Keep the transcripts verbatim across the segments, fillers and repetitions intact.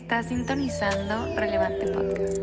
Está sintonizando Relevante Podcast.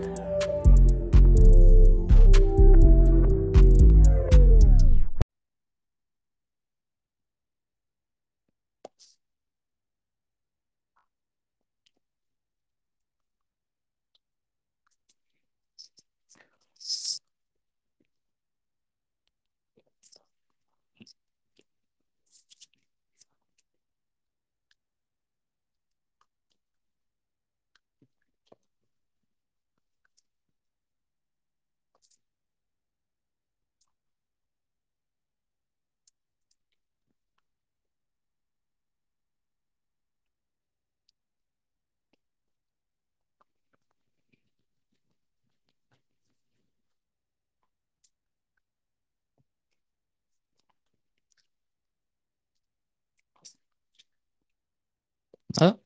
¿Ah?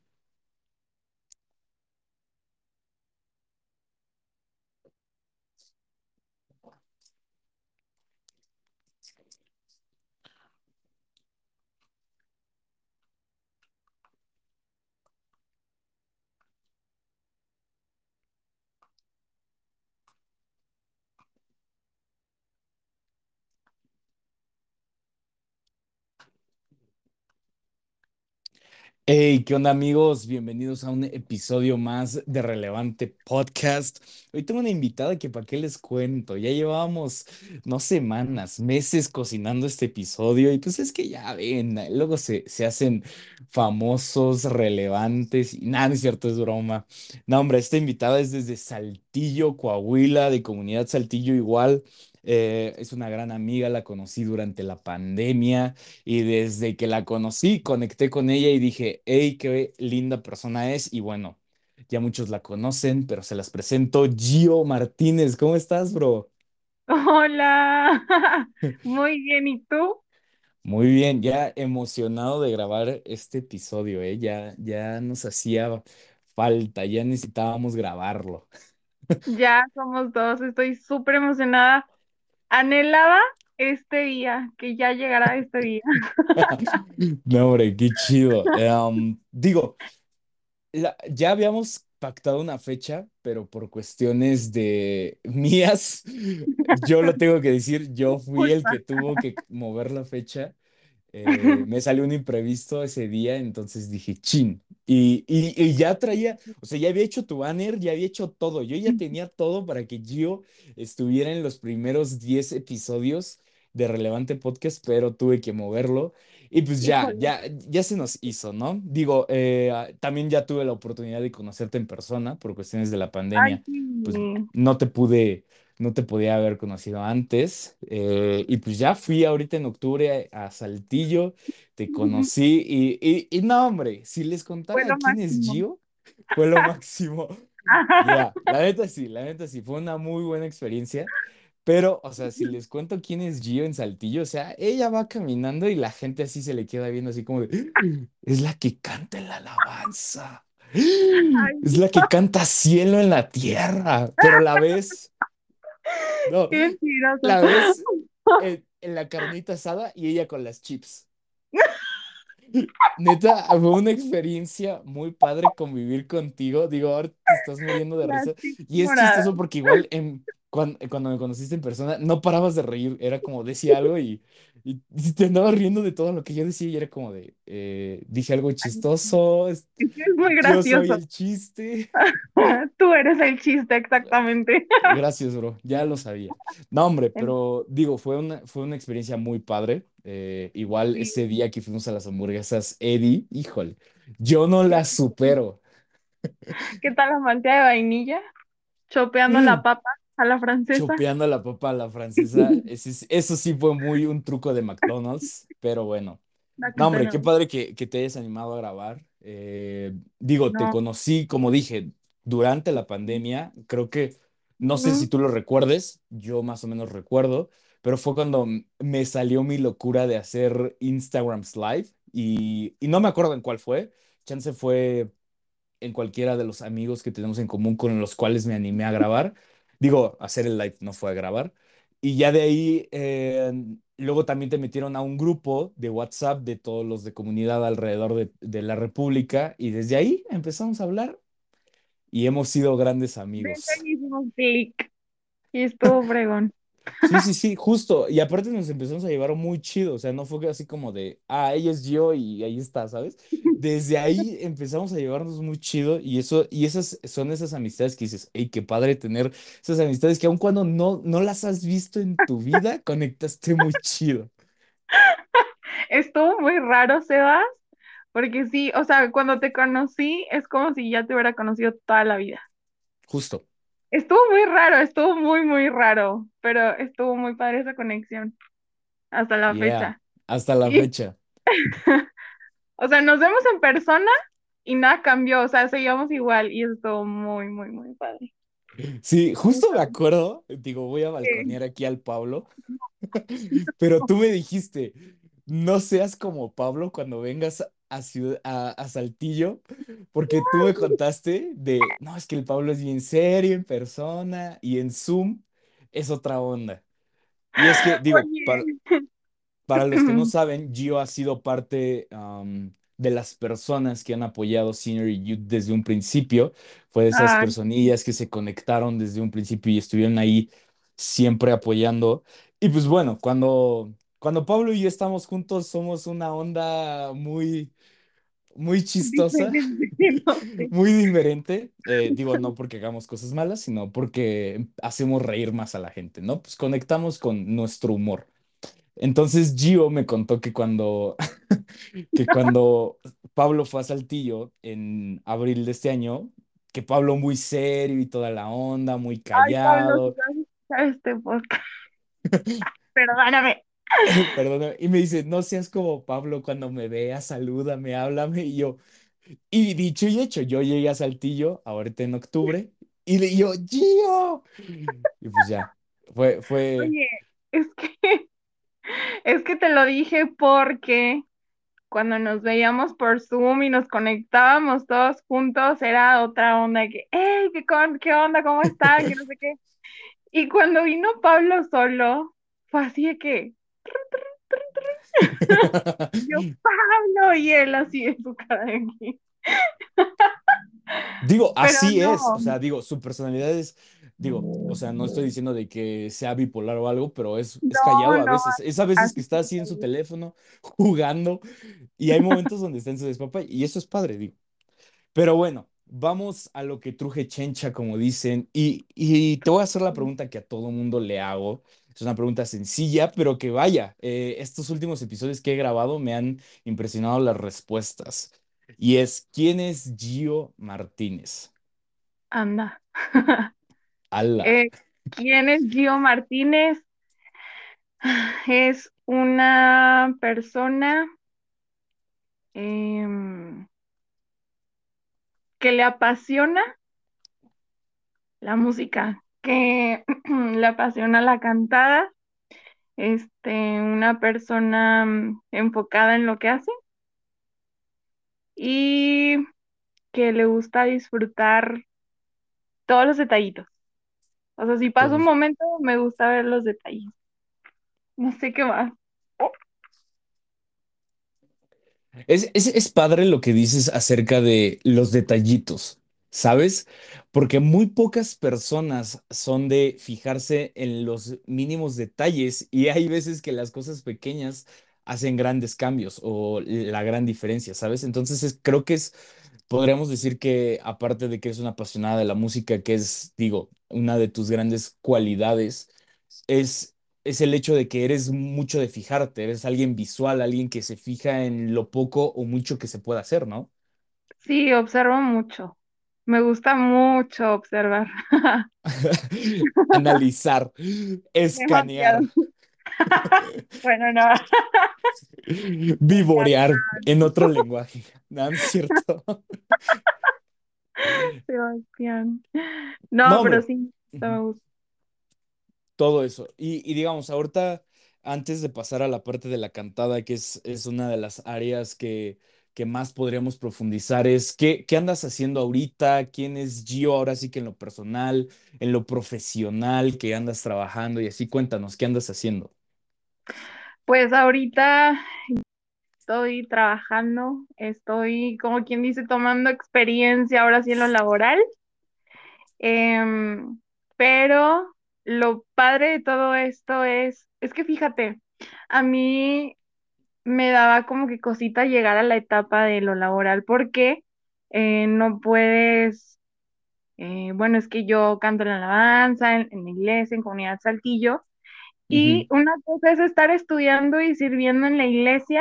Hey, ¿qué onda amigos? Bienvenidos a un episodio más de Relevante Podcast. Hoy tengo una invitada que para qué les cuento. Ya llevábamos, no semanas, meses cocinando este episodio y pues es que ya ven, luego se, se hacen famosos, relevantes y nada, no es cierto, es broma. No, hombre, esta invitada es desde Saltillo, Coahuila, de Comunidad Saltillo igual. Eh, es una gran amiga, la conocí durante la pandemia. Y desde que la conocí, conecté con ella y dije, hey, qué linda persona es. Y bueno, ya muchos la conocen, pero se las presento. Gio Martínez, ¿cómo estás, bro? Hola, muy bien, ¿y tú? Muy bien, ya emocionado de grabar este episodio, ¿eh? Ya, ya nos hacía falta, ya necesitábamos grabarlo. Ya somos dos, estoy súper emocionada. Anhelaba este día, que ya llegara este día. No, hombre, qué chido. Em, digo, La- ya habíamos pactado una fecha, pero por cuestiones de mías, yo lo tengo que decir, yo fui el Culpa. que tuvo que mover la fecha. Eh, me salió un imprevisto ese día, entonces dije, chin. Y, y, y ya traía, o sea, ya había hecho tu banner, ya había hecho todo. Yo ya tenía todo para que Gio estuviera en los primeros diez episodios de Relevante Podcast, pero tuve que moverlo. Y pues ya, Híjole. ya, ya se nos hizo, ¿no? Digo, eh, ah, también ya tuve la oportunidad de conocerte en persona por cuestiones de la Ay, pandemia. Pues sí. no te pude, no te podía haber conocido antes. Eh, y pues ya fui ahorita en octubre a, a Saltillo, te conocí y, y, y no, hombre, si les Fue contara lo quién es máximo. Gio, fue lo máximo. Ya, la neta sí, la neta sí, fue una muy buena experiencia. Pero, o sea, si les cuento quién es Gio en Saltillo, o sea, ella va caminando y la gente así se le queda viendo así como de, es la que canta en la alabanza. Ay, Es la que canta cielo en la tierra. Pero la ves, no, qué mentiroso. la ves en, en la carnita asada y ella con las chips. Neta, fue una experiencia muy padre convivir contigo. Digo, ahora te estás muriendo de Las risa. chicas Y es moradas. chistoso porque igual en, cuan- cuando, me conociste en persona, no parabas de reír. Era como decía algo y, y, y te andabas riendo de todo lo que yo decía y era como de, eh, dije algo chistoso, es- Es que es muy yo soy gracioso. el chiste. Tú eres el chiste, exactamente. Gracias, bro. Ya lo sabía. No, hombre, En- pero digo, fue una, fue una experiencia muy padre. Eh, igual Sí, ese día que fuimos a las hamburguesas Eddie, híjole, yo no qué las supero. ¿Qué tal la mantilla de vainilla? Chopeando la Mm, papa a la francesa. chopeando la papa a la francesa, ese es- eso sí fue muy un truco de McDonald's, pero bueno. La No, hombre, qué catana. padre que, que te hayas animado a grabar. Eh, digo, te No. conocí, como dije, durante la pandemia. Creo que, no sé si Ujú. tú lo recuerdes, yo más o menos recuerdo, pero fue cuando m- me salió mi locura de hacer Instagrams Live y, y no me acuerdo en cuál fue. Chance fue en cualquiera de los amigos que tenemos en común con los cuales me animé a grabar. Digo, hacer el live no fue a grabar. Y ya de ahí, eh, luego también te metieron a un grupo de WhatsApp de todos los de comunidad alrededor de, de la República y desde ahí empezamos a hablar y hemos sido grandes De hecho, amigos. ahí hicimos clic y estuvo fregón. Sí, sí, sí, justo. Y aparte nos empezamos a llevar muy chido. O sea, no fue así como de, ah, ella es yo y ahí está, ¿sabes? Desde ahí empezamos a llevarnos muy chido y eso, y esas son esas amistades que dices, hey, qué padre tener esas amistades que aun cuando no, no las has visto en tu vida, conectaste muy chido. Estuvo muy raro, Sebas, porque sí, o sea, cuando te conocí es como si ya te hubiera conocido toda la vida. Justo. Estuvo muy raro, estuvo muy, muy raro, pero estuvo muy padre esa conexión hasta la Yeah. fecha. Hasta la Y, fecha. o sea, nos vemos en persona y nada cambió, o sea, seguíamos igual y eso estuvo muy, muy, muy padre. Sí, Muy justo me padre. acuerdo, digo, voy a Sí. balconear aquí al Pablo. Pero tú me dijiste, no seas como Pablo cuando vengas a, Ciud- a, a Saltillo, porque tú me contaste de, no, es que el Pablo es bien serio en persona y en Zoom es otra onda. Y es que, digo, para, Oye, para los que no saben, Gio ha sido parte am, de las personas que han apoyado Senior Youth desde un principio. Fue de esas ay, personillas que se conectaron desde un principio y estuvieron ahí siempre apoyando. Y pues bueno, cuando, cuando Pablo y yo estamos juntos, somos una onda muy, muy chistosa, diferente, no sé. muy diferente. Eh, digo, no porque hagamos cosas malas, sino porque hacemos reír más a la gente, ¿no? Pues conectamos con nuestro humor. Entonces Gio me contó que cuando, que cuando Pablo fue a Saltillo en abril de este año, que Pablo muy serio y toda la onda, muy Ay, Pablo, si callado, vas a escuchar este podcast, perdóname. perdón, y me dice, no seas como Pablo cuando me veas, salúdame, háblame, y yo, y dicho y hecho, yo llegué a Saltillo ahorita en octubre, y le yo, Gio, y pues ya, fue, fue, Oye, es que, es que te lo dije porque cuando nos veíamos por Zoom y nos conectábamos todos juntos, era otra onda de que, hey, ¿qué, con- qué onda? ¿Cómo están? Que no sé qué. Y cuando vino Pablo solo, fue así de que, yo, Pablo, y él así en su cara de aquí. Digo, Pero así es, o no, sea, digo, su personalidad es, digo, o sea, no estoy diciendo de que sea bipolar o algo, pero es, es no, callado a no, veces, es a veces que así está así en su teléfono jugando y hay momentos donde está en su despapalle y eso es padre, digo. Pero bueno, vamos a lo que truje chencha, como dicen, y, y te voy a hacer la pregunta que a todo mundo le hago. Es una pregunta sencilla, pero que vaya, eh, estos últimos episodios que he grabado me han impresionado las respuestas. Y es, ¿quién es Gio Martínez? anda. Ala. Eh, ¿quién es Gio Martínez? Es una persona em, que le apasiona la música, que le apasiona la cantada, este, una persona mm, enfocada en lo que hace y que le gusta disfrutar todos los detallitos. O sea, si pasa un Todos. momento, me gusta ver los detalles. No sé qué más. Es, es, es padre lo que dices acerca de los detallitos, ¿sabes? Porque muy pocas personas son de fijarse en los mínimos detalles y hay veces que las cosas pequeñas hacen grandes cambios o la gran diferencia, ¿sabes? Entonces es- creo que es, podríamos decir que aparte de que es una apasionada de la música, que es, digo, una de tus grandes cualidades es, es el hecho de que eres mucho de fijarte, eres alguien visual, alguien que se fija en lo poco o mucho que se puede hacer, ¿no? Sí, observo mucho. Me gusta mucho observar. Analizar, Demasiado. escanear, Bueno, no. Me vivorear encanta, en otro lenguaje. No, no es cierto. Sebastián. No, No, pero hombre. sí, esto me Ujú. gusta. Todo eso. Y, y digamos, ahorita, antes de pasar a la parte de la cantada, que es, es una de las áreas que, que más podríamos profundizar, es ¿qué, qué andas haciendo ahorita? ¿Quién es Gio ahora sí que en lo personal, en lo profesional, que andas trabajando y así? Cuéntanos, ¿qué andas haciendo? Pues ahorita estoy trabajando, estoy, como quien dice, tomando experiencia ahora sí en lo laboral. Em, pero lo padre de todo esto es, es que fíjate, a mí me daba como que cosita llegar a la etapa de lo laboral porque eh, no puedes, eh, bueno, es que yo canto en la alabanza, en, en la iglesia, en Comunidad Saltillo, y Ujú. una cosa es estar estudiando y sirviendo en la iglesia,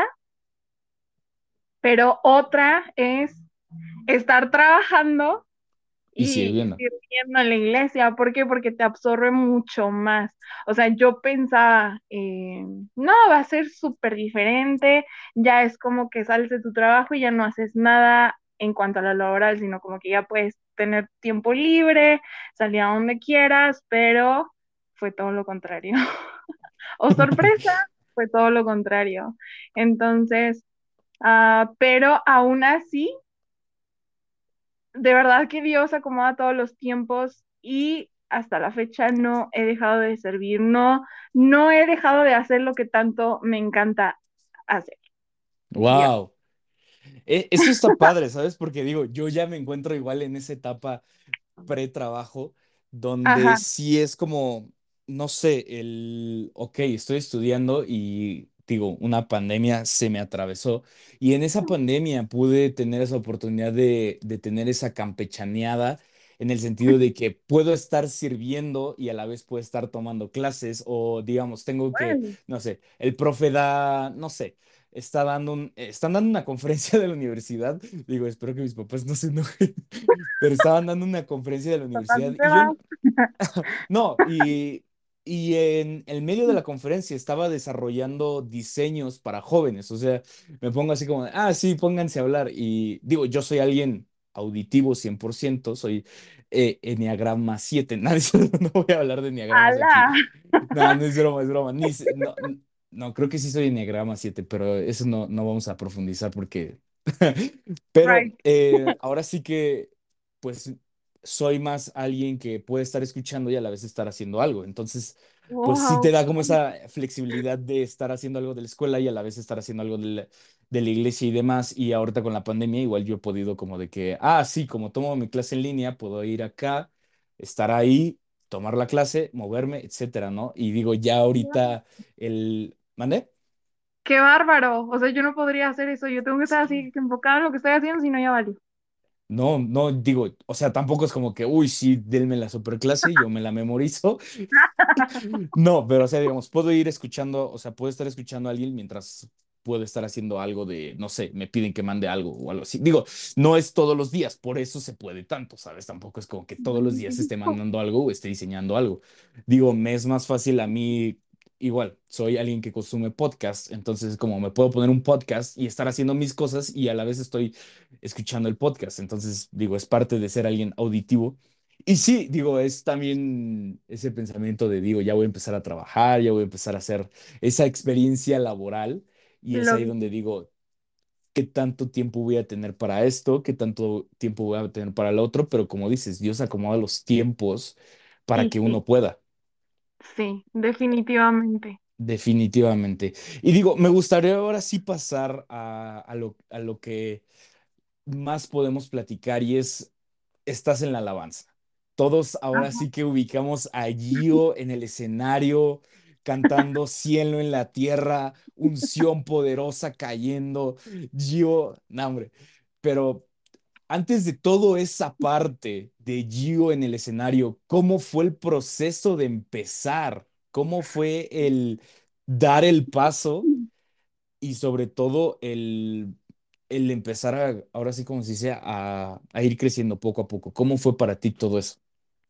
pero otra es estar trabajando Y y sirviendo. sirviendo en la iglesia. ¿Por qué? Porque te absorbe mucho más. O sea, yo pensaba, eh, no, va a ser súper diferente, ya es como que sales de tu trabajo y ya no haces nada en cuanto a lo laboral, sino como que ya puedes tener tiempo libre, salir a donde quieras, pero fue todo lo contrario. O sorpresa, fue todo lo contrario. Entonces, ah, pero aún así de verdad que Dios acomoda todos los tiempos y hasta la fecha no he dejado de servir, no, no he dejado de hacer lo que tanto me encanta hacer. Dios. Wow. E- Eso está padre, ¿sabes? Porque digo, yo ya me encuentro igual en esa etapa pretrabajo, donde Ajá. sí es como, no sé, el, ok, estoy estudiando y digo, una pandemia se me atravesó y en esa pandemia pude tener esa oportunidad de, de tener esa campechaneada en el sentido de que puedo estar sirviendo y a la vez puedo estar tomando clases o digamos, tengo que, Órale. no sé, el profe da, no sé. Está dando un, están dando una conferencia de la universidad. Digo, espero que mis papás no se enojen, pero estaban dando una conferencia de la Papá, universidad ¿tú te y yo, vas? n- no, y, y en el medio de la conferencia estaba desarrollando diseños para jóvenes, o sea, me pongo así como, de, ah, sí, pónganse a hablar. Y digo, yo soy alguien auditivo cien por ciento, soy eh, Enneagrama siete, nadie, no voy a hablar de enneagramas aquí. ¡Hala! No, no es broma, es broma. Ni, se- no, n- no, creo que sí soy Enneagrama siete, pero eso no, no vamos a profundizar porque... Right. Pero eh, ahora sí que, pues, soy más alguien que puede estar escuchando y a la vez estar haciendo algo. Entonces, pues sí te Wow. da como esa flexibilidad de estar haciendo algo de la escuela y a la vez estar haciendo algo de la, de la iglesia y demás. Y ahorita con la pandemia, igual yo he podido como de que, ah, sí, como tomo mi clase en línea, puedo ir acá, estar ahí, tomar la clase, moverme, etcétera, ¿no? Y digo, ya ahorita el... ¿Mande? ¡Qué bárbaro! O sea, yo no podría hacer eso. Yo tengo que estar Sí. así enfocada en lo que estoy haciendo, si no ya valió. No, no, digo, o sea, tampoco es como que, uy, sí, denme la superclase, yo me la memorizo. No, pero o sea, digamos, puedo ir escuchando, o sea, puedo estar escuchando a alguien mientras puedo estar haciendo algo de, no sé, me piden que mande algo o algo así. Digo, no es todos los días, por eso se puede tanto, ¿sabes? Tampoco es como que todos los días esté mandando algo o esté diseñando algo. Digo, me es más fácil a mí, igual, soy alguien que consume podcast, entonces como me puedo poner un podcast y estar haciendo mis cosas y a la vez estoy escuchando el podcast. Entonces, digo, es parte de ser alguien auditivo. Y sí, digo, es también ese pensamiento de, digo, ya voy a empezar a trabajar, ya voy a empezar a hacer esa experiencia laboral y es ahí Lógico. donde digo, ¿qué tanto tiempo voy a tener para esto? ¿Qué tanto tiempo voy a tener para el otro? Pero como dices, Dios acomoda los tiempos para Y que sí, uno pueda, sí, definitivamente. definitivamente. Y digo, me gustaría ahora sí pasar a, a lo, a lo que más podemos platicar y es, estás en la alabanza. Todos ahora Ajá. sí que ubicamos a Gio en el escenario, cantando cielo en la tierra, unción poderosa cayendo, Gio, no, hombre, pero antes de todo esa parte de Gio en el escenario, ¿cómo fue el proceso de empezar? ¿Cómo fue el dar el paso? Y sobre todo el, el empezar a, ahora sí como se dice, a, a ir creciendo poco a poco. ¿Cómo fue para ti todo eso?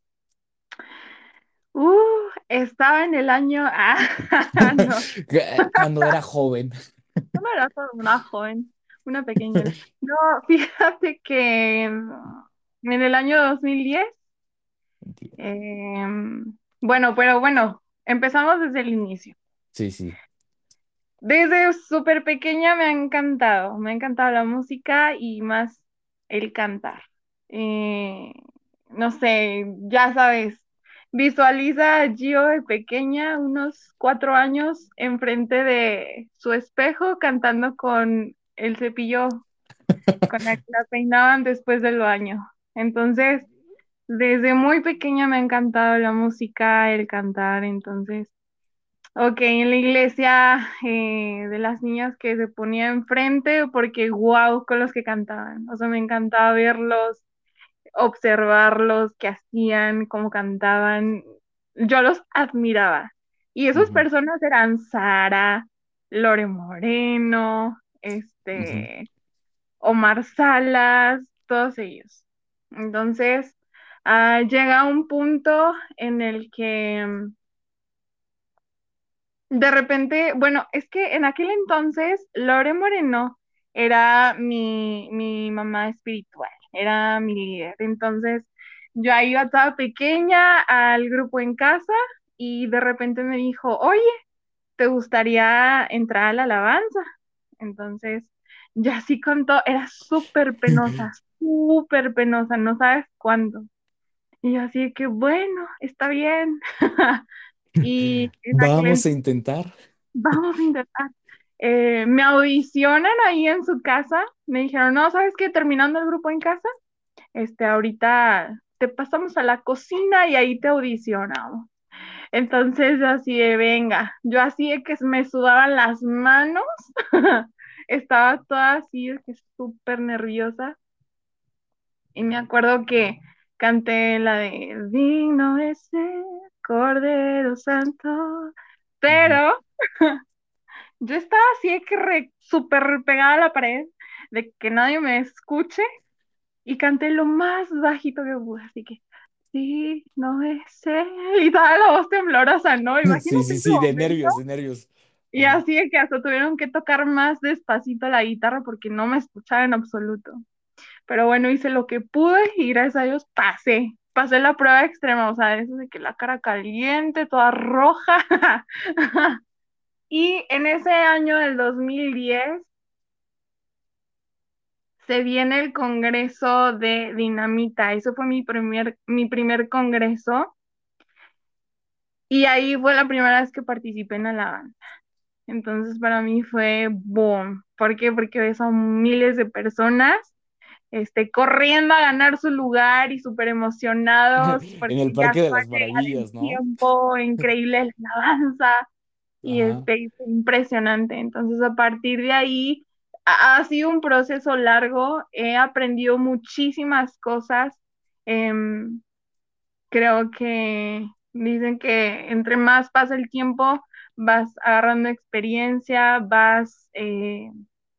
Uh, estaba en el año, ah, no, Cuando era joven. no era solo una joven, una pequeña. No, fíjate que mm, en el año dos mil diez, Entiendo. em, bueno, pero bueno, empezamos desde el inicio. Sí, sí. Desde súper pequeña me ha encantado, me ha encantado la música y más el cantar. Eh, no sé, ya sabes, visualiza a Gio de pequeña, unos cuatro años, enfrente de su espejo, cantando con el cepillo con el que la peinaban después del baño. Entonces, Desde muy pequeña me ha encantado la música, el cantar, entonces, ok, en la iglesia eh, de las niñas que se ponía enfrente, porque wow, con los que cantaban, o sea, me encantaba verlos, observarlos, qué hacían, cómo cantaban, yo los admiraba. Y esas Ujú, personas eran Sara, Lore Moreno, ujú. este, Omar Salas, todos ellos. Entonces, ah, llega un punto en el que mm, de repente, bueno, es que en aquel entonces Lore Moreno era mi, mi mamá espiritual, era mi líder. Entonces, yo ahí iba toda pequeña al grupo en casa y de repente me dijo, oye, ¿te gustaría entrar a la alabanza? Entonces, yo así con todo, era súper penosa, súper penosa, no sabes cuándo. Y yo así de que, bueno, está bien. Y en aquel Vamos a entonces, intentar. vamos a intentar. Eh, me audicionan ahí en su casa, me dijeron, no, ¿sabes qué? Terminando el grupo en casa, este, ahorita te pasamos a la cocina y ahí te audicionamos. Entonces yo así de, venga, yo así de que me sudaban las manos, estaba toda así de que súper nerviosa y me acuerdo que canté la de Digno es el Cordero Santo, Ujú. pero yo estaba así de que re- súper pegada a la pared, de que nadie me escuche y canté lo más bajito que pude, así que sí, no es él, y toda la voz temblorosa, ¿no? Sí, Imagínate sí, ese sí, de momento. nervios, de nervios. Y Ajá. así de que hasta tuvieron que tocar más despacito la guitarra porque no me escuchaba en absoluto. Pero bueno, hice lo que pude y gracias a Dios pasé. Pasé la prueba extrema, o sea, eso de que la cara caliente, toda roja. Y en ese año del dos mil diez se viene el congreso de Dinamita. Eso fue mi primer, mi primer congreso. Y ahí fue la primera vez que participé en Alabanza. Entonces para mí fue boom. ¿Por qué? Porque ves a miles de personas este, corriendo a ganar su lugar y súper emocionados En el porque ya Parque de va a las llegar el Maravillas, ¿no? tiempo increíble de la alabanza y Ajá. este, fue impresionante. Entonces a partir de ahí ha, ha sido un proceso largo, he aprendido muchísimas cosas. Em, Creo que dicen que entre más pasa el tiempo, vas agarrando experiencia, vas eh,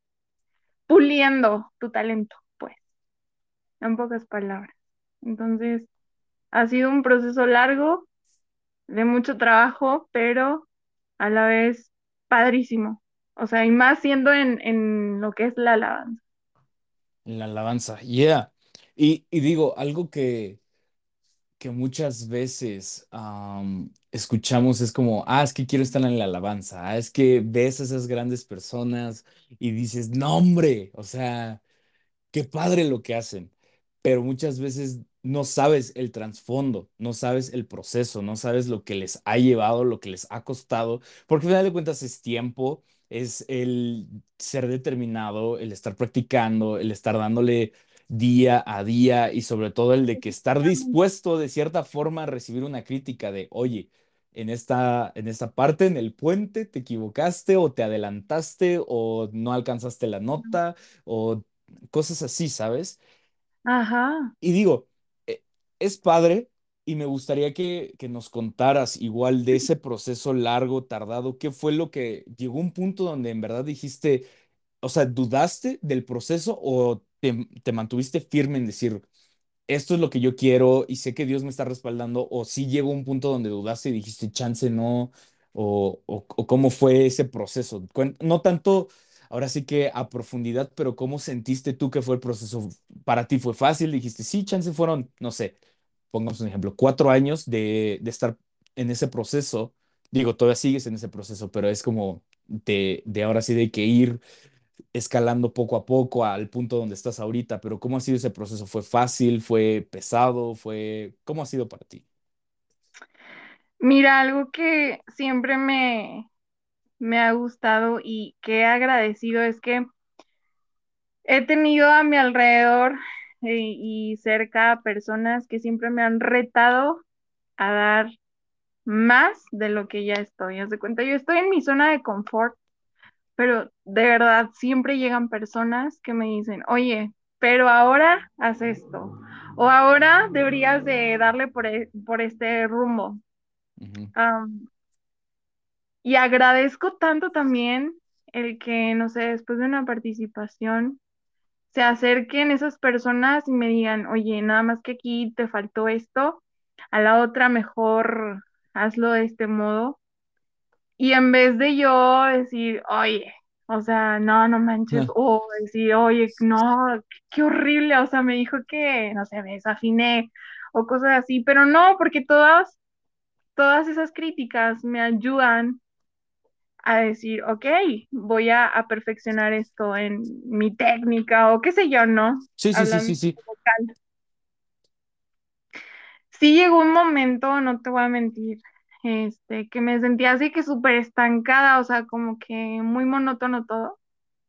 puliendo tu talento, pues, en pocas palabras. Entonces, ha sido un proceso largo, de mucho trabajo, pero a la vez padrísimo. O sea, y más siendo en, en lo que es la alabanza. En la alabanza, yeah. Y, y digo, algo que, que muchas veces am, escuchamos es como, ah, es que quiero estar en la alabanza, ah, es que ves a esas grandes personas y dices, no, hombre, o sea, qué padre lo que hacen, pero muchas veces no sabes el trasfondo, no sabes el proceso, no sabes lo que les ha llevado, lo que les ha costado, porque al final de cuentas es tiempo, es el ser determinado, el estar practicando, el estar dándole día a día y sobre todo el de que estar dispuesto de cierta forma a recibir una crítica de, oye, en esta, en esta parte, en el puente, te equivocaste o te adelantaste o no alcanzaste la nota o cosas así, ¿sabes? Ajá. Y digo, eh, es padre y me gustaría que, que nos contaras igual de ese proceso largo, tardado, qué fue lo que llegó a un punto donde en verdad dijiste, o sea, dudaste del proceso o te, te mantuviste firme en decir, esto es lo que yo quiero y sé que Dios me está respaldando, o si llegó un punto donde dudaste y dijiste, chance no, o, o, o cómo fue ese proceso. Cuen- No tanto, ahora sí que a profundidad, pero cómo sentiste tú que fue el proceso. ¿Para ti fue fácil? Dijiste, sí, chance fueron, no sé, pongamos un ejemplo, cuatro años de, de estar en ese proceso. Digo, todavía sigues en ese proceso, pero es como de, de ahora sí de que ir escalando poco a poco al punto donde estás ahorita, pero ¿cómo ha sido ese proceso? ¿Fue fácil? ¿Fue pesado? ¿Fue... ¿Cómo ha sido para ti? Mira, algo que siempre me, me ha gustado y que he agradecido es que he tenido a mi alrededor eh, y cerca personas que siempre me han retado a dar más de lo que ya estoy. Haz de cuenta, yo estoy en mi zona de confort, pero de verdad siempre llegan personas que me dicen, oye, pero ahora haz esto, o ahora deberías de darle por, e- por este rumbo. Ujú. Am, y agradezco tanto también el que, no sé, después de una participación, se acerquen esas personas y me digan, oye, nada más que aquí te faltó esto, a la otra mejor hazlo de este modo. Y en vez de yo decir, oye, o sea, no, no manches, o decir, oye, no, qué, qué horrible, o sea, me dijo que, no sé, me desafiné, o cosas así, pero no, porque todas, todas esas críticas me ayudan a decir, ok, voy a, a perfeccionar esto en mi técnica, o qué sé yo, ¿no? Sí, sí, sí, Hablando sí, sí. vocal. Sí llegó un momento, no te voy a mentir, este, que me sentía así que súper estancada, o sea, como que muy monótono todo.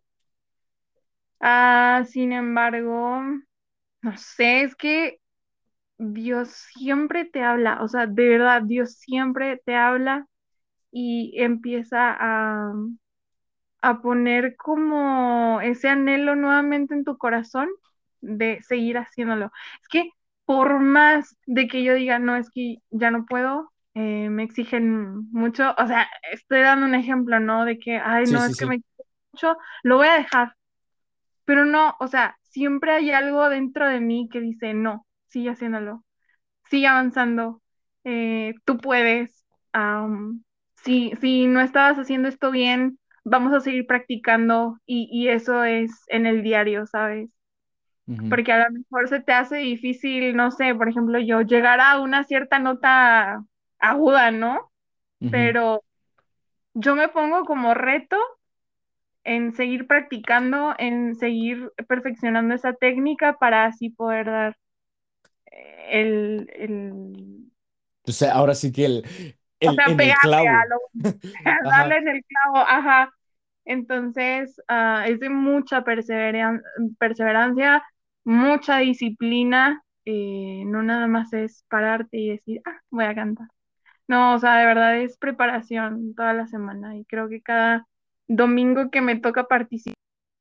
Ah, sin embargo, no sé, es que Dios siempre te habla, o sea, de verdad, Dios siempre te habla y empieza a, a poner como ese anhelo nuevamente en tu corazón de seguir haciéndolo. Es que por más de que yo diga, no, es que ya no puedo, eh, me exigen mucho, o sea, estoy dando un ejemplo, ¿no? De que, ay, Sí, no, sí, es que me sí. exigen mucho, lo voy a dejar, pero no, o sea, siempre hay algo dentro de mí que dice, no, sigue haciéndolo, sigue avanzando, eh, tú puedes, am, si, si no estabas haciendo esto bien, vamos a seguir practicando y, y eso es en el diario, ¿sabes? Ujú, Porque a lo mejor se te hace difícil, no sé, por ejemplo, yo llegar a una cierta nota aguda, ¿no? ujú. Pero yo me pongo como reto en seguir practicando, en seguir perfeccionando esa técnica para así poder dar eh, el, el, Entonces, ahora sí que el, o el, sea, en el pegarle a clavo. lo, darle Ajá. en el clavo, ajá. Entonces, ah, es de mucha perseverancia, perseverancia, mucha disciplina, eh, no nada más es pararte y decir, ah, voy a cantar. No, o sea, de verdad es preparación toda la semana y creo que cada domingo que me toca participar,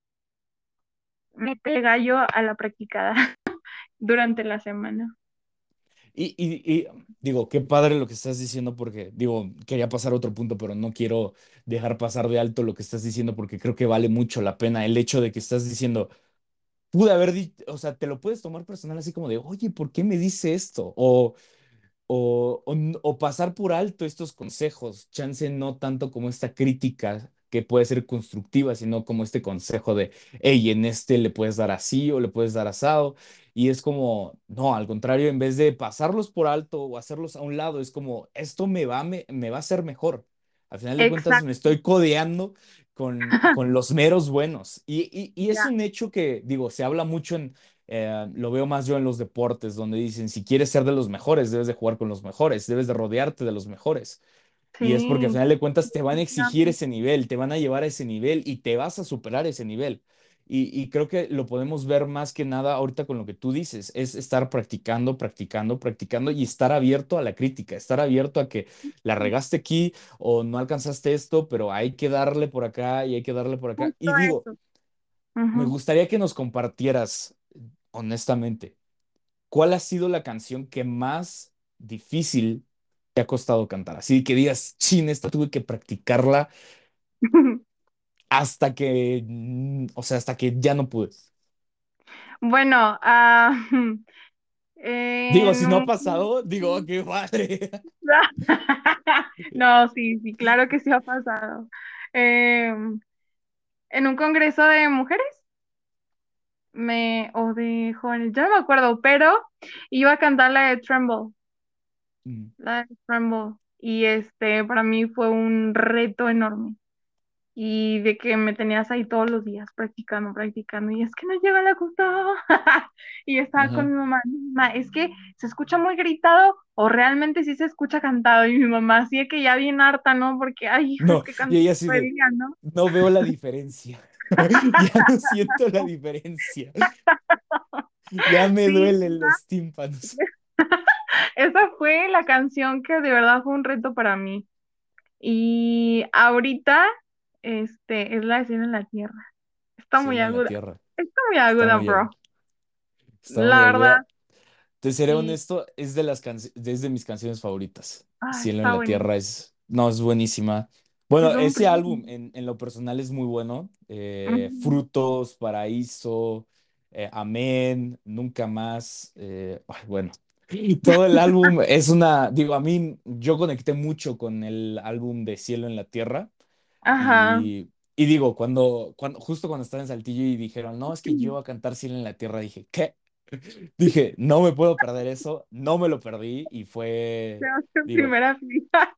mete el gallo a la practicada durante la semana. Y, y, y digo, qué padre lo que estás diciendo porque, digo, quería pasar a otro punto, pero no quiero dejar pasar de alto lo que estás diciendo porque creo que vale mucho la pena el hecho de que estás diciendo, pude haber dicho, o sea, te lo puedes tomar personal así como de, oye, ¿por qué me dice esto? O, o, o, n- o pasar por alto estos consejos, chance no tanto como esta crítica que puede ser constructiva, sino como este consejo de, hey, en este le puedes dar así o le puedes dar asado. Y es como, no, al contrario, en vez de pasarlos por alto o hacerlos a un lado, es como, esto me va, me, me va a hacer mejor. Al final de cuentas, me Exacto. estoy codeando con, con los meros buenos. Y, y, y es Ya. un hecho que, digo, se habla mucho en eh, lo veo más yo en los deportes, donde dicen, si quieres ser de los mejores, debes de jugar con los mejores, debes de rodearte de los mejores. Y es porque al Sí. final de cuentas te van a exigir ese nivel, te van a llevar a ese nivel y te vas a superar ese nivel. Y, y creo que lo podemos ver más que nada ahorita con lo que tú dices, es estar practicando, practicando, practicando y estar abierto a la crítica, estar abierto a que la regaste aquí o no alcanzaste esto, pero hay que darle por acá y hay que darle por acá. Justo Y digo, eso. me Ujú. gustaría que nos compartieras, honestamente, ¿cuál ha sido la canción que más difícil te ha costado cantar? Así que digas, chin, esta tuve que practicarla hasta que, mm, o sea, hasta que ya no pude. Bueno, ah, Digo, si en no ha un... pasado, digo, "Oh, qué padre". No, sí, sí, claro que sí ha pasado. Eh, en un congreso de mujeres, me, o de jóvenes, ya no me acuerdo, pero iba a cantar la de Tremble, Mm, la de Tremble, y este, para mí fue un reto enorme. Y de que me tenías ahí todos los días practicando, practicando, y es que no llega la costado. Y estaba con ajá. mi mamá, mamá, es que se escucha muy gritado o realmente sí se escucha cantado. Y mi mamá así de que ya bien harta, ¿no? Porque, ay, hija, es No, que y canta ella así todo el de, día, ¿no? no veo la diferencia. Ya no siento la diferencia. Ya me Sí, duelen los tímpanos. esa fue la canción que de verdad fue un reto para mí. Y ahorita, este, es la de Cielo en la Tierra. Está muy Cielo en la aguda. tierra. Está muy Está aguda, muy agudo. bro. Está muy La verdad, aguda. Te seré sí. honesto, es de las canci- es de mis canciones favoritas. Ah, Cielo en está la buenísimo. Tierra es, no, es buenísima. Es Bueno, un ese príncipe. álbum en, en lo personal es muy bueno. Eh, Ujú. Frutos, Paraíso, eh, Amén, Nunca Más. Eh, ay, bueno, todo el álbum es una, digo, a mí yo conecté mucho con el álbum de Cielo en la Tierra. Ajá. Y, y digo, cuando, cuando, justo cuando estaba en Saltillo y dijeron, no, es que yo voy a cantar Cielo en la Tierra, dije, ¿qué? Dije, no me puedo perder eso, no me lo perdí y fue, Creo que en digo, primera fila.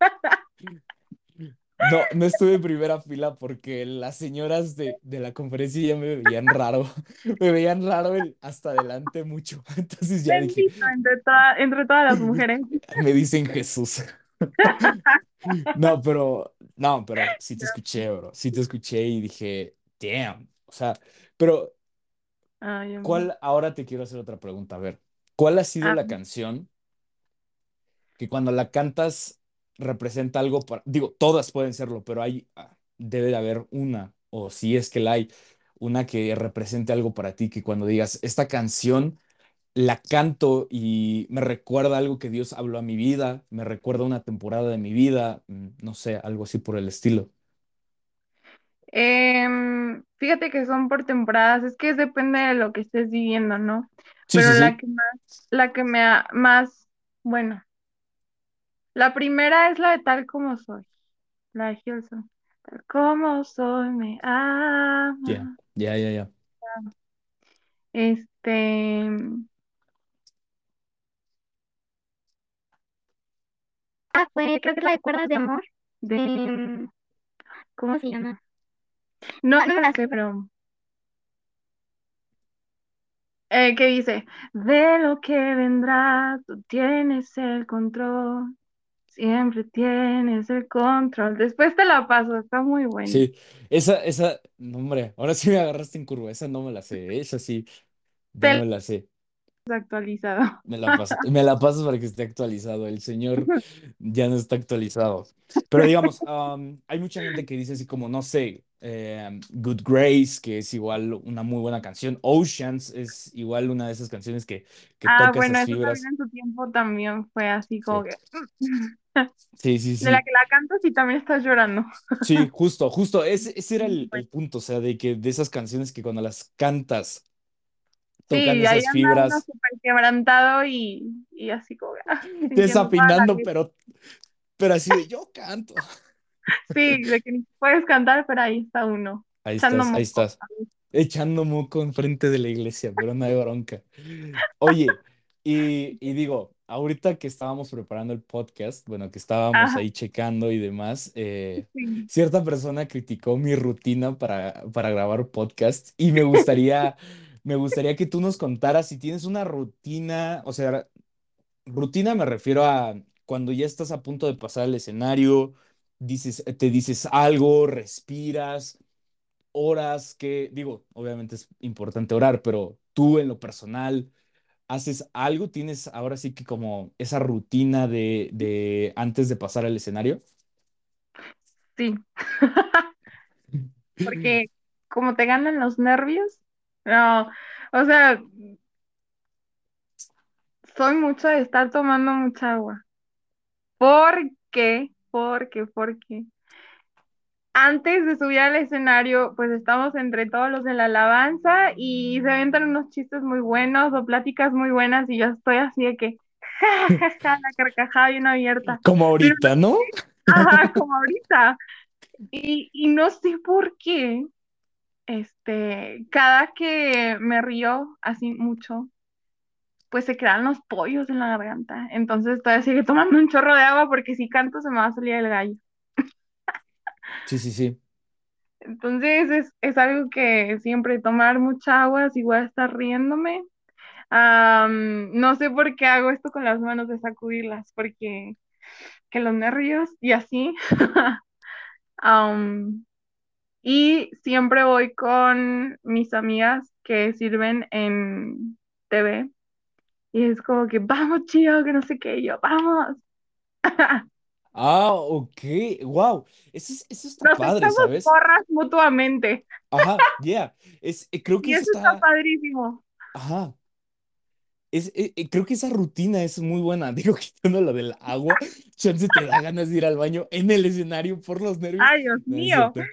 no, no estuve en primera fila porque las señoras de, de la conferencia ya me veían raro, me veían raro el hasta adelante mucho, entonces ya dije, Bendito entre, toda- entre todas las mujeres. me dicen Jesús. No, pero, no, pero sí te escuché, bro, sí te escuché y dije, damn, o sea, pero Ay, amigo. ¿cuál, ahora te quiero hacer otra pregunta, a ver, ¿cuál ha sido Ah, la canción que cuando la cantas representa algo para, digo, todas pueden serlo, pero hay, ah, debe de haber una, o si es que la hay, una que represente algo para ti, que cuando digas, esta canción la canto y me recuerda algo que Dios habló a mi vida, me recuerda una temporada de mi vida, mm, no sé, algo así por el estilo. em, fíjate que son por temporadas, es que depende de lo que estés viviendo, ¿no? Sí, Pero sí, la sí. que más, la que me ha más, bueno, la primera es la de Tal como soy, la de Hillsong. Tal como soy, me Ya, ama. ya, ya, ya. Este, ah, fue, creo que es la de Cuerdas de Amor, de, ¿cómo se llama? No, no me la sé, pero, eh, ¿qué dice? De lo que vendrá, tú tienes el control. Siempre tienes el control. Después te la paso, está muy buena. Sí, esa, esa, no, hombre, ahora sí me agarraste en curva, esa no me la sé, esa sí, no Te la me la sé. has actualizado. Me la paso, me la pasas para que esté actualizado. El señor ya no está actualizado. Pero digamos, am, hay mucha gente que dice así como, no sé, eh, Good Grace, que es igual una muy buena canción. Oceans es igual una de esas canciones que, que Ah, toca bueno, esas eso también fibras. en su tiempo también fue así como Sí, que sí, sí, de la sí. que la cantas y también estás llorando. Sí, justo, justo. Ese, ese era el, Bueno, el punto, o sea, de que de esas canciones que cuando las cantas tocan sí, ahí esas anda uno fibras, súper quebrantado y, y así como ah, sintiendo toda la desafinando, letra. pero, pero así de yo canto. Sí, de que ni puedes cantar, pero ahí está uno, Ahí echando estás, ahí moco. estás. Echando moco enfrente de la iglesia, pero no hay bronca. Oye, y, y digo, ahorita que estábamos preparando el podcast, bueno, que estábamos Ajá, ahí checando y demás, eh, sí. cierta persona criticó mi rutina para, para grabar podcast y me gustaría, me gustaría que tú nos contaras si tienes una rutina, o sea, rutina me refiero a cuando ya estás a punto de pasar al escenario, dices, te dices algo, respiras horas que, digo, obviamente es importante orar, pero tú en lo personal, ¿haces algo? ¿Tienes ahora sí que como esa rutina de, de antes de pasar al escenario? Sí, porque como te ganan los nervios, no, o sea, soy mucho de estar tomando mucha agua. ¿Por qué? Porque, porque antes de subir al escenario, pues estamos entre todos los de la alabanza y se aventan unos chistes muy buenos o pláticas muy buenas y yo estoy así de que, ja, ja, ja, la carcajada bien abierta. Como Pero, ahorita, ¿no? ajá, como ahorita. Y, y no sé por qué, este, cada que me río así mucho, pues se crean los pollos en la garganta. Entonces todavía sigue tomando un chorro de agua porque si canto se me va a salir el gallo. Sí, sí, sí. Entonces es, es algo que siempre tomar mucha agua si voy a estar riéndome. Am, no sé por qué hago esto con las manos de sacudirlas, porque que los nervios y así. Am, y siempre voy con mis amigas que sirven en, te ve y es como que, vamos, chido, que no sé qué, y yo, vamos. Ah, ok, wow. Eso, es- eso está Nos padre, echamos ¿sabes? porras mutuamente Ajá, yeah. Es, eh, creo que y eso eso está está, padrísimo. ajá. Es, eh, eh, creo que esa rutina es muy buena. Digo, quitando lo del agua, chance te da ganas de ir al baño en el escenario por los nervios. Ay, Dios No, es mío. cierto.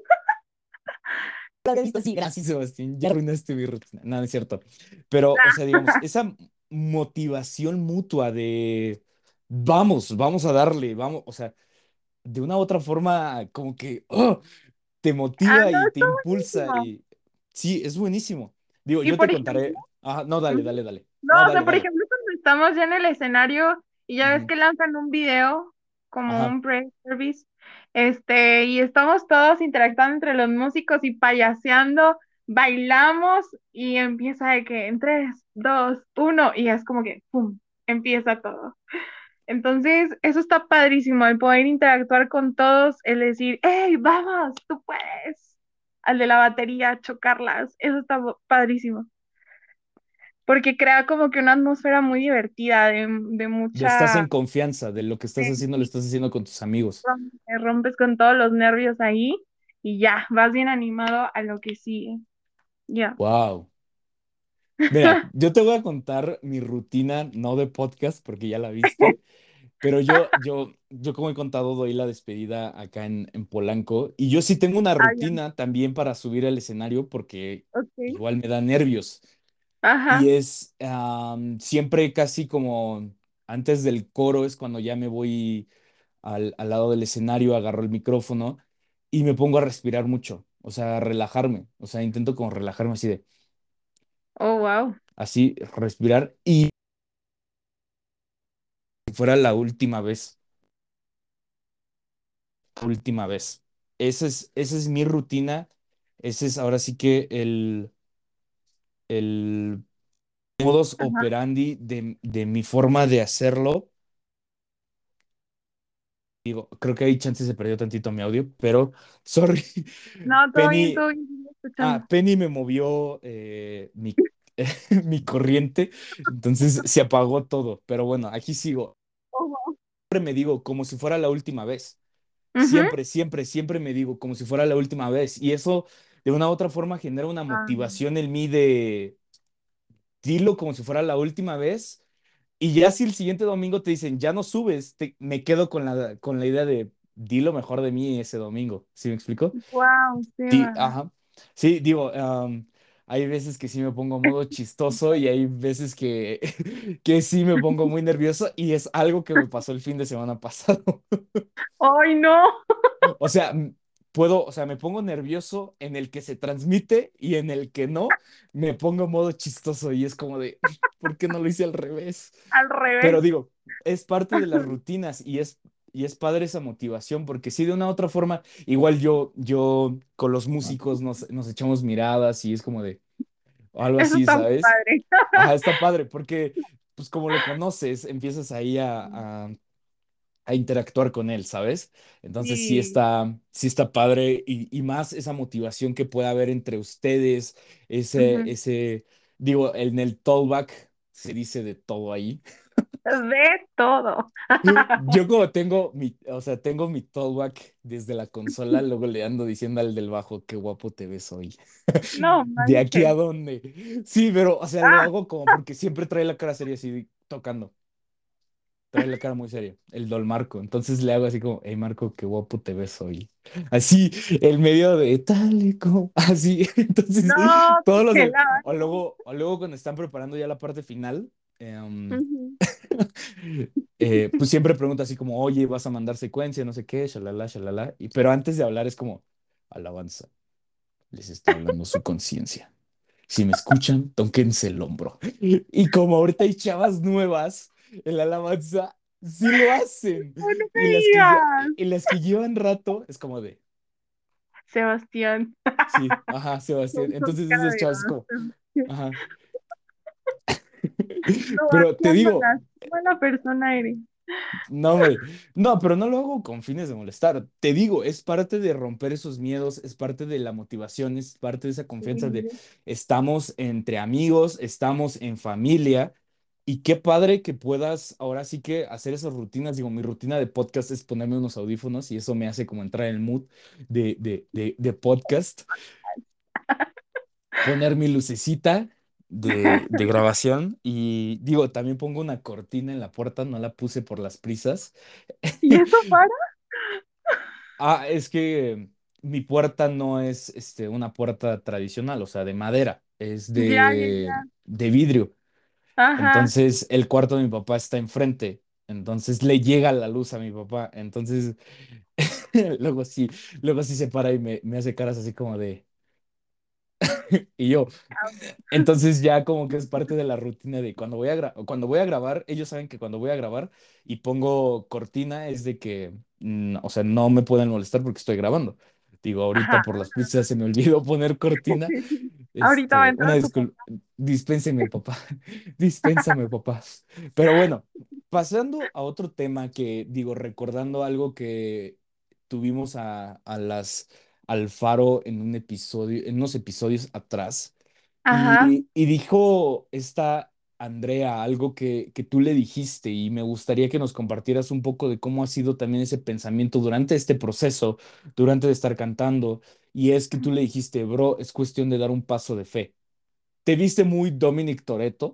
Lo había visto así, gracias, Sebastián. Ya arruinaste mi rutina. No, no es cierto. Pero, o sea, digamos, esa motivación mutua de vamos, vamos a darle, vamos, o sea, de una u otra forma, como que ¡oh! Te Ah, motiva no, y te está impulsa buenísimo. y sí, es buenísimo. Digo, Y yo te por ejemplo, contaré. Ajá, no, dale, ujú. dale, dale. No, No, o sea, dale, por dale. ejemplo, cuando estamos ya en el escenario y ya ves Ujú. que lanzan un video como Ajá. un pre-service, este, y estamos todos interactuando entre los músicos y payaseando, bailamos y empieza de que en tres, dos, uno, y es como que, ¡pum!, empieza todo. Entonces, eso está padrísimo, el poder interactuar con todos, el decir, hey, vamos, tú puedes, al de la batería, chocarlas, eso está bo- padrísimo porque crea como que una atmósfera muy divertida, de, de De estás en mucha, confianza de lo que estás de- haciendo, lo sí, estás haciendo con tus amigos. rom- te rompes con todos los nervios ahí y ya, vas bien animado a lo que sigue. Ya. Wow. Mira, yo te voy a contar mi rutina, no de podcast, porque ya la viste, pero yo, yo, yo como he contado, doy la despedida acá en, en Polanco y yo sí tengo una Ah, ya, rutina también para subir al escenario porque ok. igual me da nervios. Y Ajá. es am, siempre casi como antes del coro es cuando ya me voy al, al lado del escenario, agarro el micrófono y me pongo a respirar mucho, o sea, a relajarme, o sea, intento como relajarme así de, Oh, wow. así, respirar y si fuera la última vez, última vez. Esa es, esa es mi rutina, ese es ahora sí que el, el modus Ajá. operandi de, de mi forma de hacerlo. Digo, creo que ahí chance se perdió tantito mi audio, pero sorry. No, todo bien, Penny, todo bien, sigo escuchando. ah, Penny me movió eh, mi, mi corriente, entonces se apagó todo. Pero bueno, aquí sigo. Oh, wow. Siempre me digo como si fuera la última vez. Ujú. Siempre, siempre, siempre me digo como si fuera la última vez. Y eso de una u otra forma genera una Ah, motivación en mí de dilo como si fuera la última vez. Y ya si el siguiente domingo te dicen, ya no subes, te- me quedo con la, con la idea de di lo mejor de mí ese domingo. ¿Sí me explico? wow, Sí, Seba. ajá. Sí, digo, am, hay veces que sí me pongo modo chistoso y hay veces que, que sí me pongo muy nervioso y es algo que me pasó el fin de semana pasado. ¡Ay, no! O sea, m- puedo, o sea, me pongo nervioso en el que se transmite y en el que no, me pongo modo chistoso y es como de, ¿por qué no lo hice al revés? Al Pero revés. digo, es parte de las rutinas y es, y es padre esa motivación, porque sí, de una u otra forma, igual yo, yo con los músicos nos, nos echamos miradas y es como de algo Eso así, está muy ¿sabes? padre. Ajá, está padre, porque pues como lo conoces, empiezas ahí a, a, a interactuar con él, ¿sabes? Entonces sí Sí. está, sí está padre y, y más esa motivación que puede haber entre ustedes, ese, Ujú. ese, digo, en el tollback se dice de todo ahí. De todo. Yo como tengo mi, o sea, tengo mi talkback desde la consola, luego le ando diciendo al del bajo, qué guapo te ves hoy. No ¿De aquí manches. a dónde? Sí, pero, o sea, lo Ah, hago como porque siempre trae la cara seria así tocando. Trae la cara muy seria, el Don Marco. Entonces le hago así como, hey Marco, qué guapo te ves hoy. Así, el medio de tal y como, así. Entonces, no, todos los que del, la. o luego, o luego cuando están preparando ya la parte final, em, Ujú. eh, pues siempre pregunta así como, oye, vas a mandar secuencia, no sé qué, shalala, shalala. Y, pero antes de hablar es como, alabanza, les está hablando su conciencia. Si me escuchan, tóquense el hombro. Y como ahorita hay chavas nuevas en la alabanza, sí lo hacen. No, no me Y las que, lle- digas. y las que llevan rato es como de, Sebastián. sí, ajá, Sebastián. Con con Entonces cara esas de chavas es "Ah, como, Sebastián". ajá. Pero te digo, No, qué mala, qué mala persona eres. No, hombre, no, pero no lo hago con fines de molestar. Te digo, es parte de romper esos miedos, es parte de la motivación, es parte de esa confianza de Sí, estamos entre amigos, estamos en familia y qué padre que puedas ahora sí que hacer esas rutinas. Digo, mi rutina de podcast es ponerme unos audífonos y eso me hace como entrar en el mood de, de, de, de podcast, poner mi lucecita de, de grabación y digo, también pongo una cortina en la puerta, no la puse por las prisas. ¿Y eso para? Ah, es que mi puerta no es este, una puerta tradicional, o sea, de madera, es Ya, ya, de, ya. de vidrio. Ajá. Entonces, el cuarto de mi papá está enfrente, entonces le llega la luz a mi papá. Entonces, luego sí, luego sí se para y me, me hace caras así como de... Y yo, entonces ya como que es parte de la rutina de cuando voy a gra- cuando voy a grabar, ellos saben que cuando voy a grabar y pongo cortina es de que, mm, o sea, no me pueden molestar porque estoy grabando. Digo, ahorita Ajá. por las prisas se me olvidó poner cortina. Ahorita va a Este, una entrar tu papá. disculpa, dispénseme, papá, dispénsame, papá. Pero bueno, pasando a otro tema que, digo, recordando algo que tuvimos a, a las Alfaro en un episodio, en unos episodios atrás. Ajá. Y, y dijo esta Andrea algo que, que tú le dijiste y me gustaría que nos compartieras un poco de cómo ha sido también ese pensamiento durante este proceso, durante de estar cantando. Y es que tú le dijiste, bro, es cuestión de dar un paso de fe. Te viste muy Dominic Toretto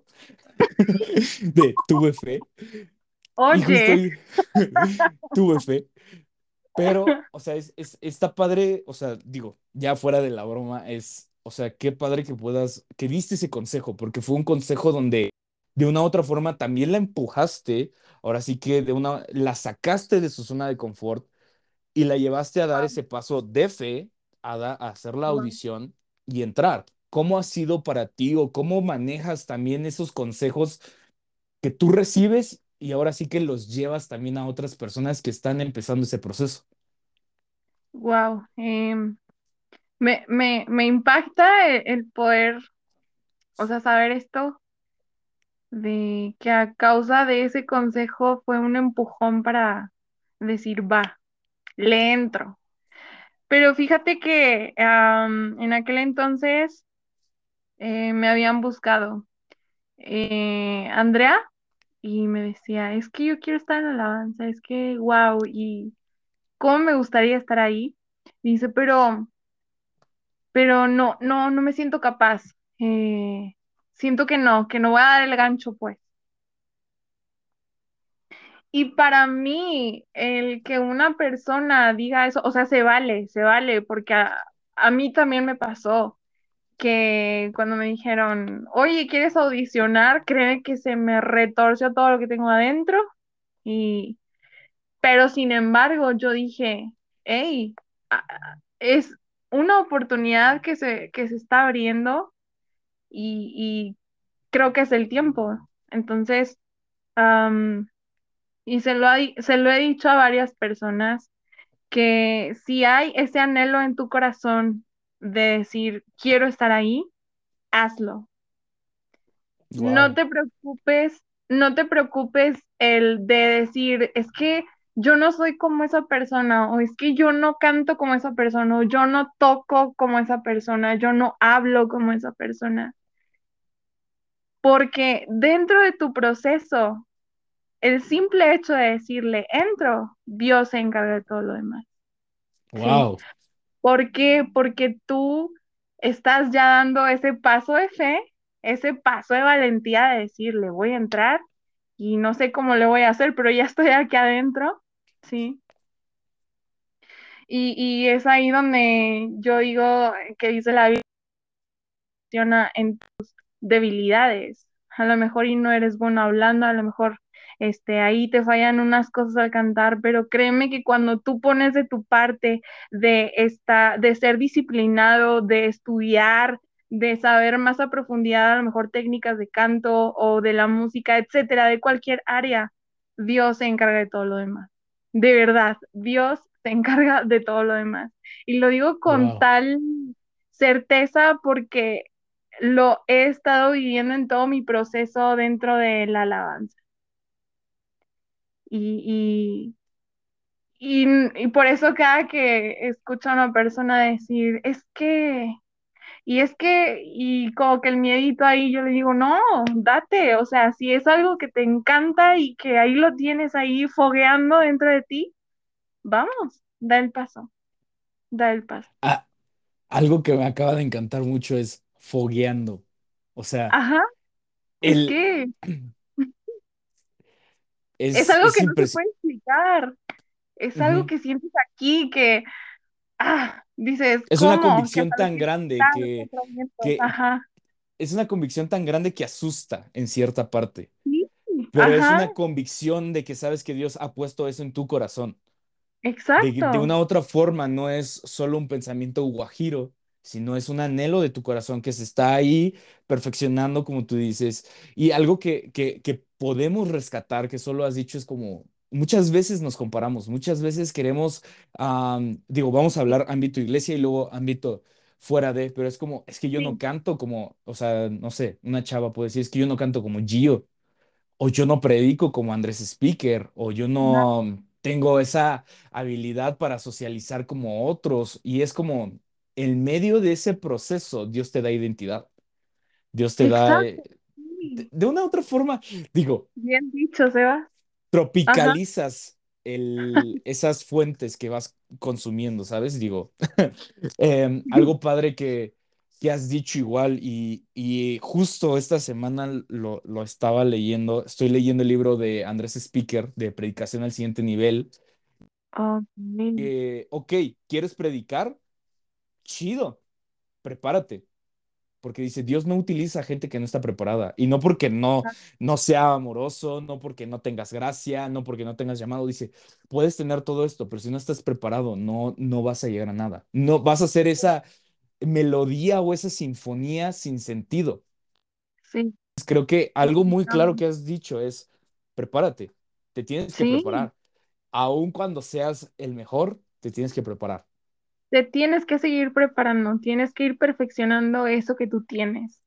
de tuve fe y justo Oye, tuve fe. Pero, o sea, es, es, está padre, o sea, digo, ya fuera de la broma, es, o sea, qué padre que puedas, que diste ese consejo, porque fue un consejo donde de una u otra forma también la empujaste, ahora sí que de una, la sacaste de su zona de confort y la llevaste a dar ese paso de fe, a, da- a hacer la wow, audición y entrar. ¿Cómo ha sido para ti o cómo manejas también esos consejos que tú recibes y ahora sí que los llevas también a otras personas que están empezando ese proceso? wow. em, me, me, me impacta el, el poder, o sea, saber esto de que a causa de ese consejo fue un empujón para decir, va, le entro. Pero fíjate que am, en aquel entonces eh, me habían buscado eh, Andrea y me decía, es que yo quiero estar en la alabanza, es que wow, y cómo me gustaría estar ahí. Dice, pero, pero no, no, no me siento capaz. Eh, siento que no, que no voy a dar el gancho, pues. Y para mí, el que una persona diga eso, o sea, se vale, se vale, porque a, a mí también me pasó que cuando me dijeron, oye, ¿quieres audicionar? Créeme que se me retorció todo lo que tengo adentro. Y, pero sin embargo, yo dije, hey, a- a- es una oportunidad que se, que se está abriendo y, y creo que es el tiempo. Entonces, am, y se lo, ha di- se lo he dicho a varias personas que si hay ese anhelo en tu corazón de decir, quiero estar ahí, hazlo. No Wow. te preocupes, no te preocupes el de decir, es que yo no soy como esa persona, o es que yo no canto como esa persona, o yo no toco como esa persona, yo no hablo como esa persona. Porque dentro de tu proceso, el simple hecho de decirle entro, Dios se encarga de todo lo demás, ¿sí? Wow. ¿Por qué? Porque tú estás ya dando ese paso de fe, ese paso de valentía de decirle voy a entrar y no sé cómo le voy a hacer, pero ya estoy aquí adentro, ¿sí? Y, y es ahí donde yo digo que dice la Biblia en debilidades. A lo mejor y no eres bueno hablando, a lo mejor este, ahí te fallan unas cosas al cantar, pero créeme que cuando tú pones de tu parte de esta, de ser disciplinado, de estudiar, de saber más a profundidad, a lo mejor técnicas de canto o de la música, etcétera, de cualquier área, Dios se encarga de todo lo demás. De verdad, Dios se encarga de todo lo demás. Y lo digo con Wow. tal certeza porque lo he estado viviendo en todo mi proceso dentro de la alabanza. Y, y, y, y por eso cada que escucho a una persona decir, es que, y es que, y como que el miedito ahí, yo le digo, no, date, o sea, si es algo que te encanta y que ahí lo tienes ahí fogueando dentro de ti, vamos, da el paso, da el paso. Ah, algo que me acaba de encantar mucho es fogueando. O sea, Ajá, es el, que es es, algo es que no se impresionante. puede explicar, es algo que sientes aquí que, ah, dices, Es una ¿cómo? Que convicción hasta lo tan quieres grande quitar, que, otro viento. que Ajá, es una convicción tan grande que asusta en cierta parte, sí, pero es ajá, una convicción de que sabes que Dios ha puesto eso en tu corazón. De, de exacto, una otra forma, no es solo un pensamiento guajiro, sino es un anhelo de tu corazón que se está ahí perfeccionando, como tú dices. Y algo que, que, que podemos rescatar, que solo has dicho, es como muchas veces nos comparamos, muchas veces queremos, am, digo, vamos a sí, hablar ámbito iglesia y luego ámbito fuera de, pero es como, es que yo no sí, canto como, o sea, no sé, una chava puede decir, es que yo no canto como Gio o yo no predico como Andrés Speaker, o yo ajá, no tengo esa habilidad para socializar como otros. Y es como, en medio de ese proceso, Dios te da identidad. Dios te da, exacto, eh, de, sí, de una u otra forma, digo, bien dicho, Sebas, ajá, tropicalizas el, esas fuentes que vas consumiendo, ¿sabes? Digo, em, algo padre que, que has dicho igual y, y justo esta semana lo, lo estaba leyendo, estoy leyendo el libro de Andrés Speaker de Predicación al siguiente nivel. ok, Eh, ok, ¿quieres predicar? Chido, prepárate. Porque dice, Dios no utiliza gente que no está preparada. Y no porque no, no sea amoroso, no porque no tengas gracia, no porque no tengas llamado. Dice, puedes tener todo esto, pero si no estás preparado, no, no vas a llegar a nada. No vas a hacer esa melodía o esa sinfonía sin sentido. sí, Pues creo que algo muy claro definitivamente. que has dicho es, prepárate, te tienes que Sí, preparar. Aun cuando seas el mejor, te tienes que preparar. te tienes que seguir preparando, tienes que ir perfeccionando eso que tú tienes.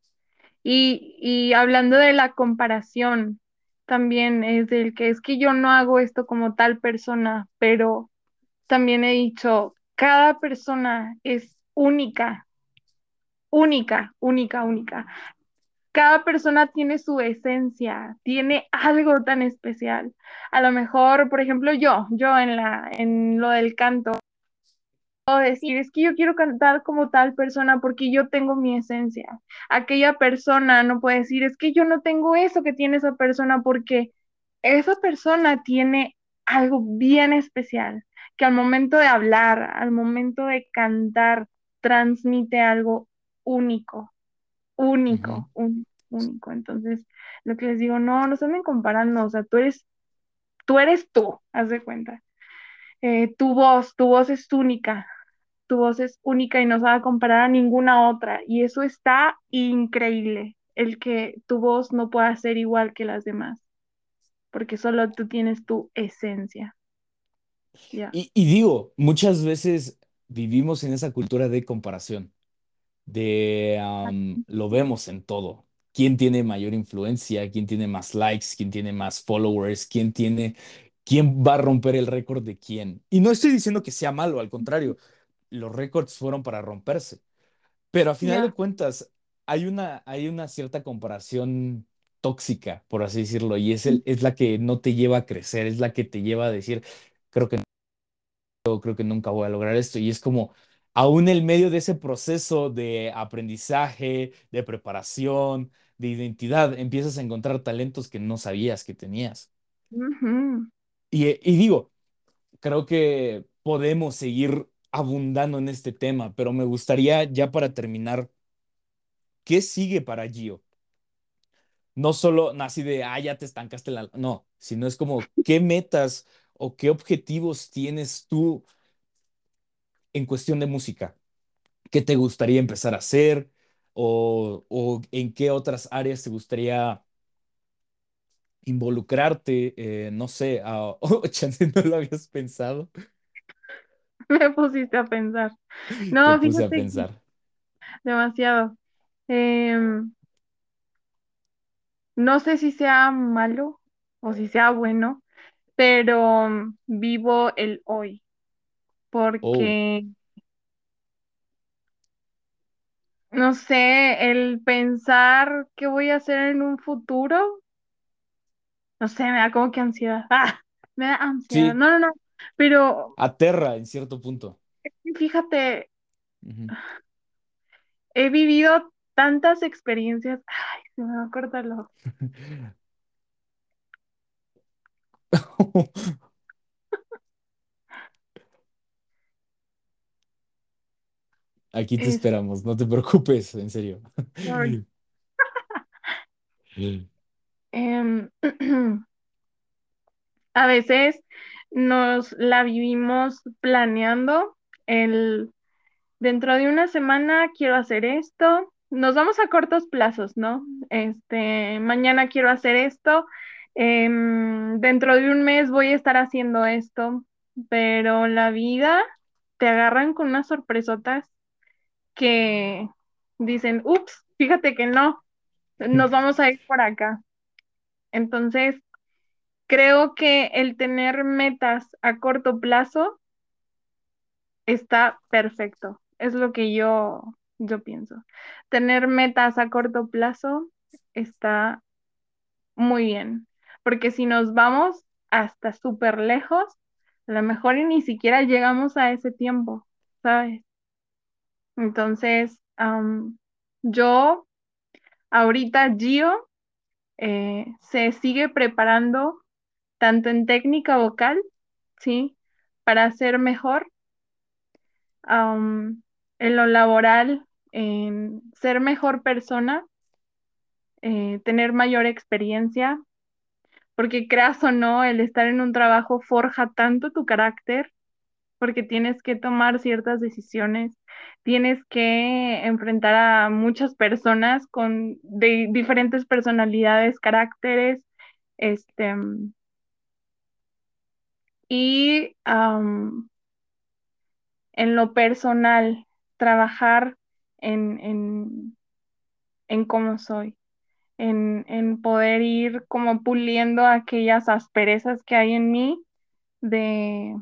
Y, y hablando de la comparación, también es del que es que yo no hago esto como tal persona, pero también he dicho, cada persona es única, única, única, única. Cada persona tiene su esencia, tiene algo tan especial. A lo mejor, por ejemplo, yo, yo en la, en lo del canto, puedo decir, es que yo quiero cantar como tal persona porque yo tengo mi esencia. Aquella persona no puede decir, es que yo no tengo eso que tiene esa persona porque esa persona tiene algo bien especial, que al momento de hablar, al momento de cantar, transmite algo único, Ujú, único, un, único. Entonces, lo que les digo, no, no se anden comparando, o sea, tú eres, tú eres tú, haz de cuenta. Eh, tu voz, tu voz es única, tu voz es única y no se va a comparar a ninguna otra. Y eso está increíble, el que tu voz no pueda ser igual que las demás, porque solo tú tienes tu esencia. Ya. Y, y digo, muchas veces vivimos en esa cultura de comparación, de am, lo vemos en todo. ¿Quién tiene mayor influencia? ¿Quién tiene más likes? ¿Quién tiene más followers? ¿Quién tiene, quién va a romper el récord de quién? Y no estoy diciendo que sea malo, al contrario, los récords fueron para romperse. Pero a final de Ya. cuentas, hay una, hay una cierta comparación tóxica, por así decirlo, y es, el, es la que no te lleva a crecer, es la que te lleva a decir, creo que creo que nunca voy a lograr esto. Y es como, aún en medio de ese proceso de aprendizaje, de preparación, de identidad, empiezas a encontrar talentos que no sabías que tenías. Ujú. Y, y digo, creo que podemos seguir abundando en este tema, pero me gustaría ya para terminar, ¿qué sigue para Gio? No solo así de, ah, ya te estancaste en la... No, sino es como, ¿qué metas o qué objetivos tienes tú en cuestión de música? ¿Qué te gustaría empezar a hacer? ¿O, o en qué otras áreas te gustaría involucrarte? Eh, no sé, ah, o chance no lo habías pensado. Me pusiste a pensar. Te No, puse a fíjate que pensar. demasiado. Em, no sé si sea malo o si sea bueno, pero mm, vivo el hoy, Oh, porque, no sé, el pensar qué voy a hacer en un futuro, no sé, me da como que ansiedad. Ah, me da ansiedad. sí, No, no, no, pero aterra en cierto punto. fíjate, Ujú. he vivido tantas experiencias. Ay, se me va a cortar la voz. Aquí te Es, esperamos, no te preocupes, en serio. sorry. Em, a veces nos la vivimos planeando el dentro de una semana quiero hacer esto. Nos vamos a cortos plazos, ¿no? Este, mañana quiero hacer esto. Em, dentro de un mes voy a estar haciendo esto. Pero la vida te agarran con unas sorpresotas que dicen, ups, fíjate que no, nos vamos a ir por acá. Entonces, creo que el tener metas a corto plazo está perfecto. Es lo que yo, yo pienso. Tener metas a corto plazo está muy bien, porque si nos vamos hasta súper lejos, a lo mejor y ni siquiera llegamos a ese tiempo, ¿sabes? Entonces, am, yo, ahorita Gio eh, se sigue preparando tanto en técnica vocal, ¿sí? Para ser mejor, am, en lo laboral, en ser mejor persona, eh, tener mayor experiencia, porque creas o no, el estar en un trabajo forja tanto tu carácter, porque tienes que tomar ciertas decisiones, tienes que enfrentar a muchas personas con de diferentes personalidades, caracteres, este, y am, en lo personal, trabajar en, en, en cómo soy, en, en poder ir como puliendo aquellas asperezas que hay en mí de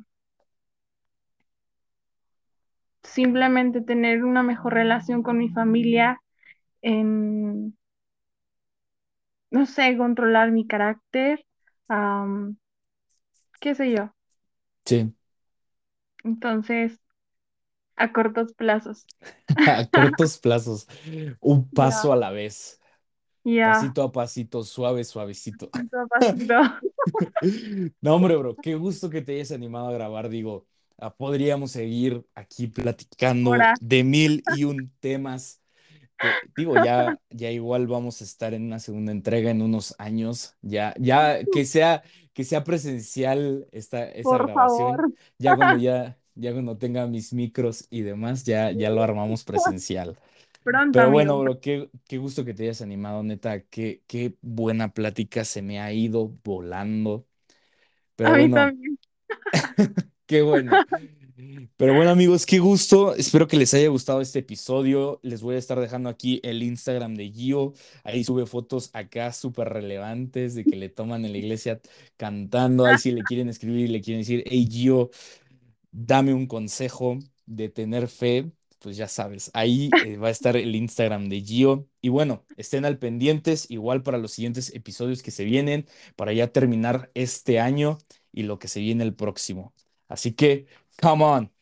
simplemente tener una mejor relación con mi familia, en, no sé, controlar mi carácter, am, qué sé yo. Sí, Entonces, a cortos plazos. a cortos plazos, un Ya, paso a la vez, ya, pasito a pasito, suave, suavecito. pasito a pasito. No, hombre, bro, qué gusto que te hayas animado a grabar. Digo, ah, podríamos seguir aquí platicando Ahora, de mil y un temas. Te- digo, ya, ya igual vamos a estar en una segunda entrega en unos años. Ya, ya que sea, que sea presencial esta, esa por grabación. favor, Ya cuando ya, ya cuando tenga mis micros y demás, ya, ya lo armamos presencial. pronto, Pero amigo. bueno, bro, qué, qué gusto que te hayas animado, neta. Qué, qué buena plática se me ha ido volando. Pero A mí bueno, también. qué bueno. Pero bueno, amigos, qué gusto. Espero que les haya gustado este episodio. Les voy a estar dejando aquí el Instagram de Gio. Ahí sube fotos acá súper relevantes de que le toman en la iglesia cantando. Ahí si le quieren escribir y le quieren decir, hey Gio, dame un consejo de tener fe, pues ya sabes, ahí eh, va a estar el Instagram de Gio. Y bueno, estén al pendientes, igual para los siguientes episodios que se vienen, para ya terminar este año y lo que se viene el próximo. Así que, come on.